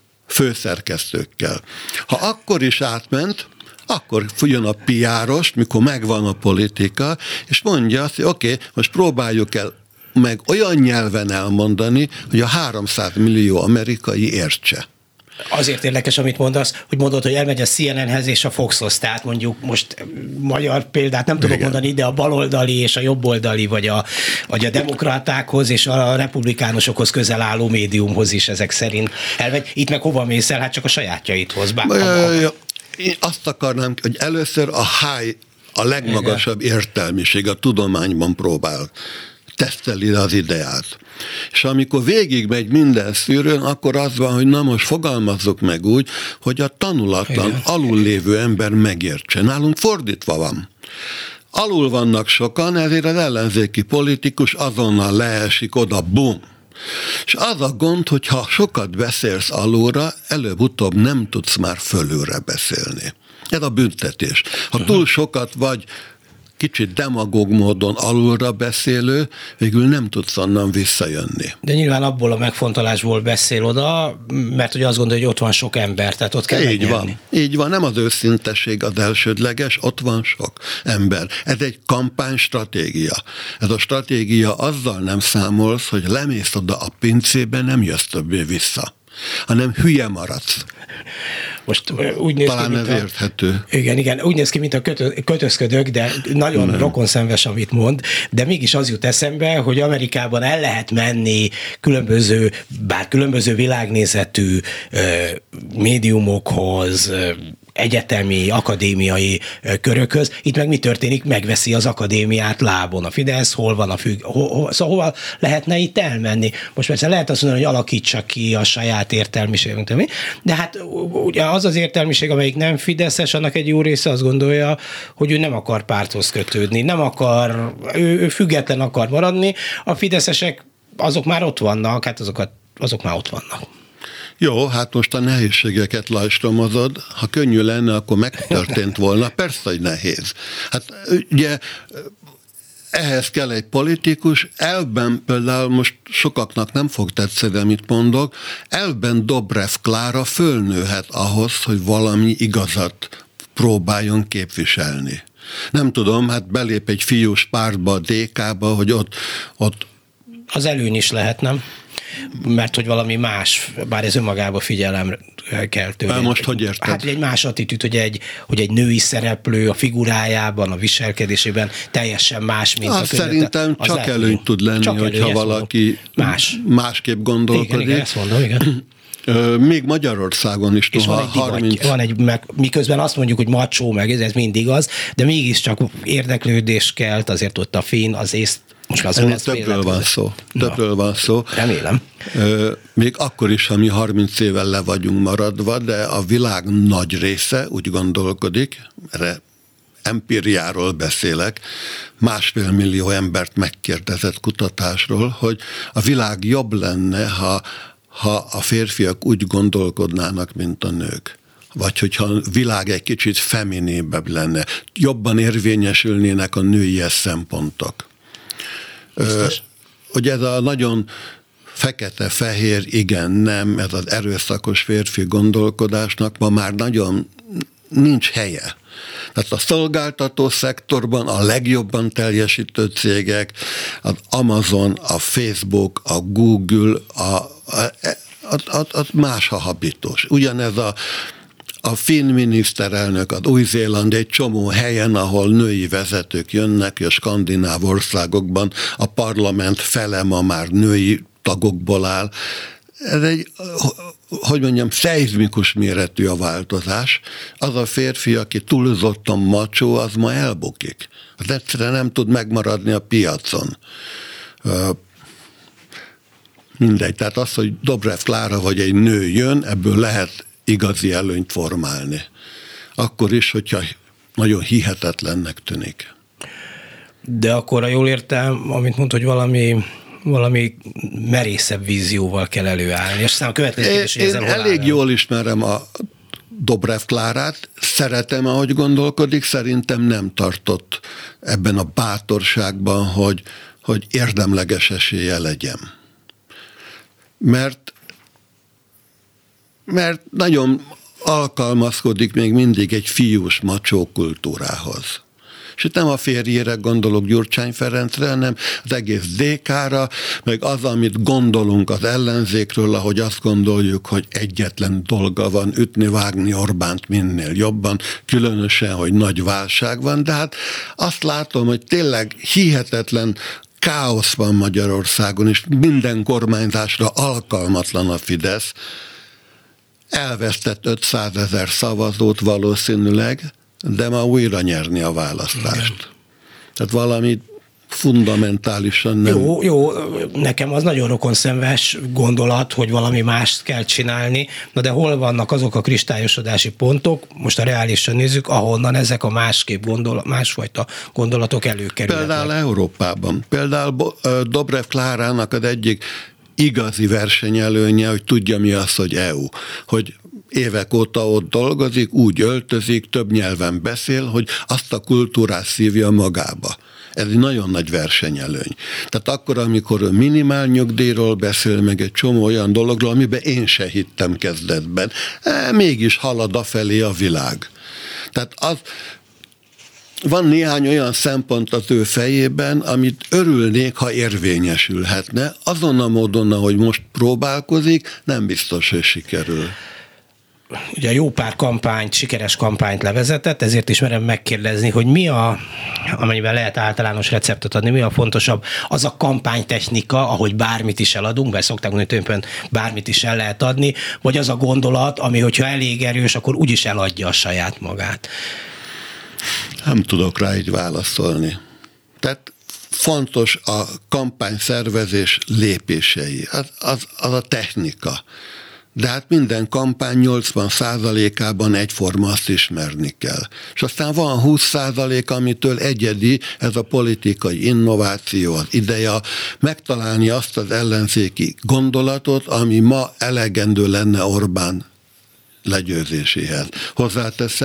főszerkesztőkkel. Ha akkor is átment, akkor fújjon a pé er-os, mikor megvan a politika, és mondja azt, hogy oké, okay, most próbáljuk el meg olyan nyelven elmondani, hogy a háromszáz millió amerikai értse. Azért érdekes, amit mondasz, hogy mondod, hogy elmegy a cé en en-hez és a Foxhoz, tehát mondjuk most magyar példát nem tudok Igen. mondani, de a baloldali és a jobboldali, vagy a, vagy a demokratákhoz és a republikánusokhoz közel álló médiumhoz is ezek szerint elmegy. Itt meg hova mész el? Hát csak a sajátjaithoz. Bár, a, a... Én azt akarnám, hogy először a high, a legmagasabb Igen. értelmiség a tudományban próbál teszteli az ideát. És amikor végigmegy minden szűrőn, akkor az van, hogy na most fogalmazzuk meg úgy, hogy a tanulatlan, Igen. alul lévő ember megértse. Nálunk fordítva van. Alul vannak sokan, ezért az ellenzéki politikus azonnal leesik oda, bum! És az a gond, hogy ha sokat beszélsz alulra, előbb-utóbb nem tudsz már fölülre beszélni. Ez a büntetés. Ha túl sokat vagy kicsit demagóg módon alulra beszélő, végül nem tudsz onnan visszajönni. De nyilván abból a megfontolásból beszél oda, mert ugye azt gondolja, hogy ott van sok ember, tehát ott kell Így megnyerni. van, így van, nem az őszintesség az elsődleges, ott van sok ember. Ez egy kampánystratégia. Ez a stratégia azzal nem számolsz, hogy lemész oda a pincébe, nem jössz többé vissza, hanem hülye maradsz. Most úgy néz Talán ki, ez a, érthető. Igen, igen, úgy néz ki, mint a kötö, kötözködök, de nagyon Nem. rokonszenves, amit mond, de mégis az jut eszembe, hogy Amerikában el lehet menni különböző, bár különböző világnézetű ö, médiumokhoz, ö, egyetemi, akadémiai körökhöz. Itt meg mi történik? Megveszi az akadémiát lábon. A Fidesz hol van a függ... Ho, ho, szóval hova lehetne itt elmenni? Most persze lehet azt mondani, hogy alakítsa ki a saját értelmiségünk, de hát ugye az az értelmiség, amelyik nem fideszes, annak egy jó része azt gondolja, hogy ő nem akar párthoz kötődni, nem akar, ő, ő független akar maradni. A fideszesek azok már ott vannak, hát azokat, azok már ott vannak. Jó, hát most a nehézségeket lajstromozod, ha könnyű lenne, akkor megtörtént volna. Persze, hogy nehéz. Hát ugye ehhez kell egy politikus, elben például most sokaknak nem fog tetszeni, amit mondok, elben Dobrev Klára fölnőhet ahhoz, hogy valami igazat próbáljon képviselni. Nem tudom, hát belép egy fiús pártba, a dé ká-ba, hogy ott, ott... Az előny is lehet, nem? Mert hogy valami más, bár ez önmagában figyelem kell tőle. Most hogy érted? Hát egy más attitűd, hogy egy, hogy egy női szereplő a figurájában, a viselkedésében teljesen más, mint azt a között. Szerintem az csak lehet, előny tud lenni, csak hogyha előny, valaki más. másképp gondolkodik. Igen, igen, ezt mondom, igen. Még Magyarországon is és van egy, harminc... van egy meg, miközben azt mondjuk, hogy macsó, meg ez, ez mindig az, de mégiscsak érdeklődés kelt, azért ott a finn, az észt, most az olasz többről van szó. Többről van szó. Remélem. Még akkor is, ha mi harminc évvel le vagyunk maradva, de a világ nagy része úgy gondolkodik, erre empíriáról beszélek, másfél millió embert megkérdezett kutatásról, hogy a világ jobb lenne, ha ha a férfiak úgy gondolkodnának, mint a nők. Vagy hogyha a világ egy kicsit feminébebb lenne, jobban érvényesülnének a női szempontok. Biztos. Hogy ez a nagyon fekete-fehér, igen, nem, ez az erőszakos férfi gondolkodásnak ma már nagyon nincs helye. Tehát a szolgáltató szektorban a legjobban teljesítő cégek, az Amazon, a Facebook, a Google, a, a, a, a, a más a habitus. Ugyanez a, a finn miniszterelnök, az Új-Zéland egy csomó helyen, ahol női vezetők jönnek, és skandináv országokban a parlament fele ma már női tagokból áll. Ez egy, hogy mondjam, szeizmikus méretű a változás. Az a férfi, aki túlzottan macsó, az ma elbukik. Az egyszerűen nem tud megmaradni a piacon. Mindegy. Tehát az, hogy Dobrev Klára vagy egy nő jön, ebből lehet igazi előnyt formálni. Akkor is, hogyha nagyon hihetetlennek tűnik. De akkor, ha jól értem, amit mondta, hogy valami... valami merészebb vízióval kell előállni. És aztán a következő kérdés, Én elég áll jól ismerem a Dobrev Klárát, szeretem, ahogy gondolkodik, szerintem nem tartott ebben a bátorságban, hogy, hogy érdemleges esélye legyen. Mert, mert nagyon alkalmazkodik még mindig egy fiús macsó kultúrához. És itt nem a férjére gondolok, Gyurcsány Ferencre, hanem az egész dé ká-ra, meg az, amit gondolunk az ellenzékről, ahogy azt gondoljuk, hogy egyetlen dolga van ütni, vágni Orbánt minél jobban, különösen, hogy nagy válság van, de hát azt látom, hogy tényleg hihetetlen káosz van Magyarországon, és minden kormányzásra alkalmatlan a Fidesz. Elvesztett ötszázezer szavazót valószínűleg, de ma újra nyerni a választást. Igen. Tehát valami fundamentálisan nem... Jó, jó, nekem az nagyon rokonszenves gondolat, hogy valami mást kell csinálni, na de hol vannak azok a kristályosodási pontok, most a reálisan nézzük, ahonnan ezek a másképp gondolat, másfajta gondolatok előkerülnek. Például Európában. Például Dobrev Klárának az egyik igazi versenyelőnye, hogy tudja mi az, hogy é u. Hogy évek óta ott dolgozik, úgy öltözik, több nyelven beszél, hogy azt a kultúrát szívja magába. Ez egy nagyon nagy versenyelőny. Tehát akkor, amikor ő minimál nyugdíjról beszél, meg egy csomó olyan dologról, amiben én se hittem kezdetben, e, mégis halad afelé a világ. Tehát az, van néhány olyan szempont az ő fejében, amit örülnék, ha érvényesülhetne. Azon a módon, ahogy most próbálkozik, nem biztos, hogy sikerül. Ugye jó pár kampányt, sikeres kampányt levezetett, ezért is merem megkérdezni, hogy mi a, amennyiben lehet általános receptet adni, mi a fontosabb, az a kampánytechnika, ahogy bármit is eladunk, mert szokták mondani, hogy bármit is el lehet adni, vagy az a gondolat, ami hogyha elég erős, akkor úgyis eladja a saját magát. Nem tudok rá így válaszolni. Tehát fontos a kampányszervezés lépései, az, az, az a technika. De hát minden kampány nyolcvan százalékában egyforma, azt ismerni kell. És aztán van húsz százalék, amitől egyedi, ez a politikai innováció, az ideje, megtalálni azt az ellenzéki gondolatot, ami ma elegendő lenne Orbán legyőzéséhez. Hozzáteszem,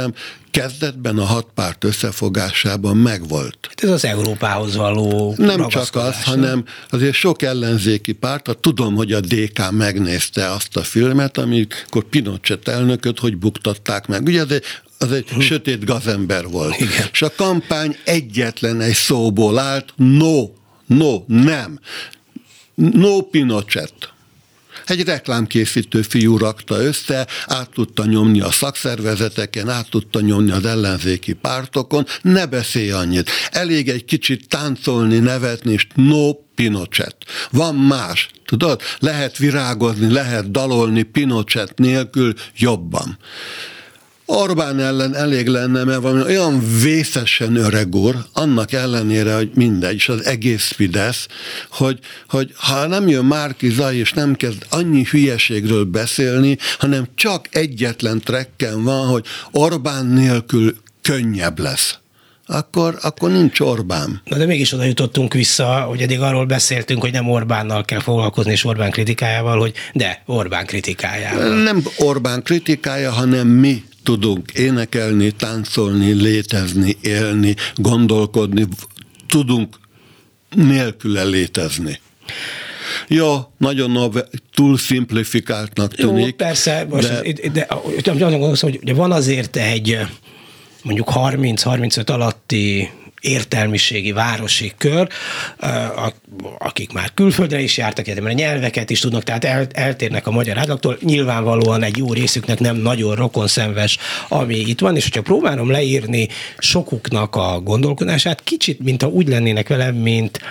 kezdetben a hat párt összefogásában megvolt. Hát ez az Európához való Nem csak az, hanem azért sok ellenzéki párt, hát tudom, hogy a dé ká megnézte azt a filmet, amikor Pinochet elnököt hogy buktatták meg. Ugye az egy, az egy hm. sötét gazember volt. Igen. És a kampány egyetlen egy szóból állt, no, no, nem. No Pinochet. Egy reklámkészítő fiú rakta össze, át tudta nyomni a szakszervezeteken, át tudta nyomni az ellenzéki pártokon, ne beszélj annyit. Elég egy kicsit táncolni, nevetni, és no Pinochet. Van más, tudod? Lehet virágozni, lehet dalolni Pinochet nélkül jobban. Orbán ellen elég lenne, mert valami olyan vészesen öreg úr, annak ellenére, hogy mindegy, és az egész Fidesz, hogy, hogy ha nem jön Márki Zay, és nem kezd annyi hülyeségről beszélni, hanem csak egyetlen trekken van, hogy Orbán nélkül könnyebb lesz. Akkor, akkor nincs Orbán. Na de mégis oda jutottunk vissza, hogy eddig arról beszéltünk, hogy nem Orbánnal kell foglalkozni, és Orbán kritikájával, hogy de Orbán kritikájával. Nem Orbán kritikája, hanem mi tudunk énekelni, táncolni, létezni, élni, gondolkodni, tudunk nélküle létezni. Jó, nagyon nove, túl szimplifikáltnak tűnik. Jó, persze, most de, de, de, de azt gondolom, hogy van azért egy mondjuk harminc-harmincöt alatti értelmiségi városi kör, akik már külföldre is jártak, mert nyelveket is tudnak, tehát el, eltérnek a magyar átlagoktól. Nyilvánvalóan egy jó részüknek nem nagyon rokonszenves, ami itt van, és hogyha próbálom leírni sokuknak a gondolkodását, kicsit, mintha úgy lennének velem, mint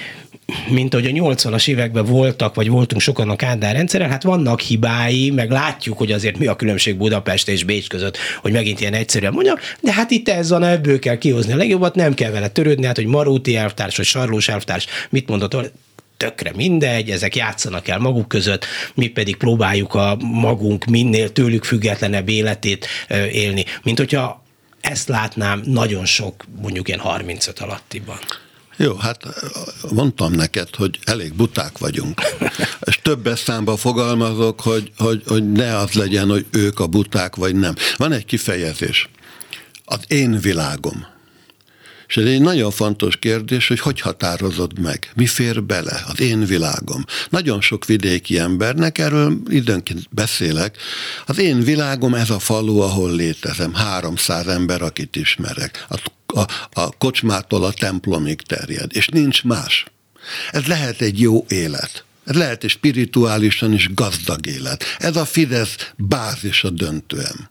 mint ahogy a nyolcvanas években voltak, vagy voltunk sokan a Kádár rendszerrel, hát vannak hibái, meg látjuk, hogy azért mi a különbség Budapest és Bécs között, hogy megint ilyen egyszerűen mondjam, de hát itt ez van, ebből kell kihozni a legjobbat, nem kell vele törődni, hát hogy Maróti elvtárs, vagy Sarlós elvtárs, mit mondott, tökre mindegy, ezek játszanak el maguk között, mi pedig próbáljuk a magunk minél tőlük függetlenebb életét élni. Mint hogyha ezt látnám nagyon sok, mondjuk ilyen harmincöt alattiban. Jó, hát mondtam neked, hogy elég buták vagyunk. És többes számba fogalmazok, hogy, hogy, hogy ne az legyen, hogy ők a buták, vagy nem. Van egy kifejezés. Az én világom. És ez egy nagyon fontos kérdés, hogy hogy határozod meg? Mi fér bele? Az én világom. Nagyon sok vidéki embernek, erről időnként beszélek, az én világom ez a falu, ahol létezem. háromszáz ember, akit ismerek. A, a, a kocsmától a templomig terjed. És nincs más. Ez lehet egy jó élet. Ez lehet egy spirituálisan is gazdag élet. Ez a Fidesz bázisa döntően.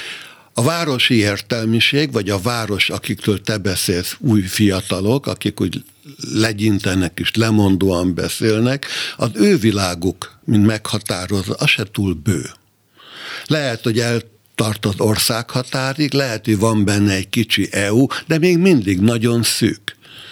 A városi értelmiség, vagy a város, akiktől te beszélsz, új fiatalok, akik úgy legyintenek és lemondóan beszélnek, az ő világuk, mint meghatározza, az se túl bő. Lehet, hogy eltart az országhatárig, lehet, hogy van benne egy kicsi é u, de még mindig nagyon szűk.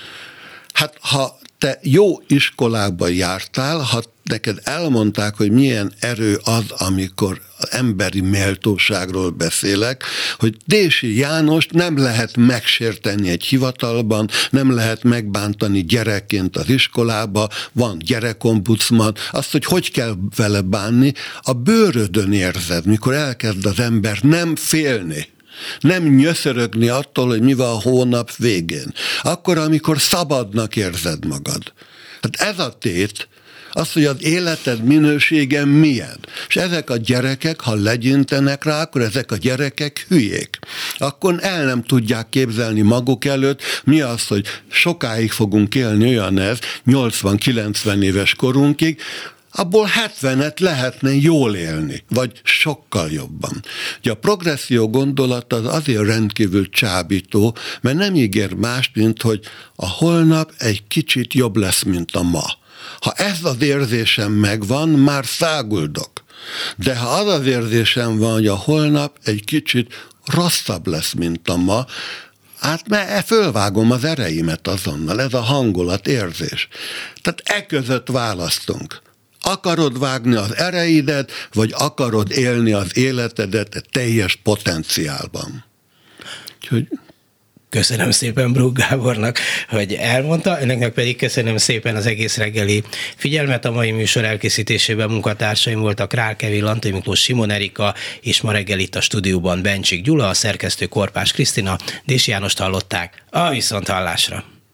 Hát ha te jó iskolába jártál, ha neked elmondták, hogy milyen erő az, amikor az emberi méltóságról beszélek, hogy Dési Jánost nem lehet megsérteni egy hivatalban, nem lehet megbántani gyerekként az iskolába, van gyerekombudsman, azt, hogy hogy kell vele bánni, a bőrödön érzed, mikor elkezd az ember nem félni. Nem nyöszörögni attól, hogy mi van a hónap végén. Akkor, amikor szabadnak érzed magad. Hát ez a tét, az, hogy az életed minősége milyen. És ezek a gyerekek, ha legyintenek rá, akkor ezek a gyerekek hülyék. Akkor el nem tudják képzelni maguk előtt, mi az, hogy sokáig fogunk élni, olyan ez, nyolcvan-kilencven éves korunkig, abból hetvenet lehetne jól élni, vagy sokkal jobban. Ugye a progresszió gondolat az azért rendkívül csábító, mert nem ígér mást, mint hogy a holnap egy kicsit jobb lesz, mint a ma. Ha ez az érzésem megvan, már száguldok. De ha az az érzésem van, hogy a holnap egy kicsit rosszabb lesz, mint a ma, hát mert fölvágom az ereimet azonnal, ez a hangulat, érzés. Tehát e között választunk. Akarod vágni az ereidet, vagy akarod élni az életedet teljes potenciálban? Úgyhogy... Köszönöm szépen Bruck Gábornak, hogy elmondta, önöknek pedig köszönöm szépen az egész reggeli figyelmet. A mai műsor elkészítésében munkatársaim voltak Rál Kevin, Antai Miklós, Simon Erika, és ma reggel itt a stúdióban Bencsik Gyula, a szerkesztő Korpás Krisztina, Dési Jánost hallották. A viszonthallásra!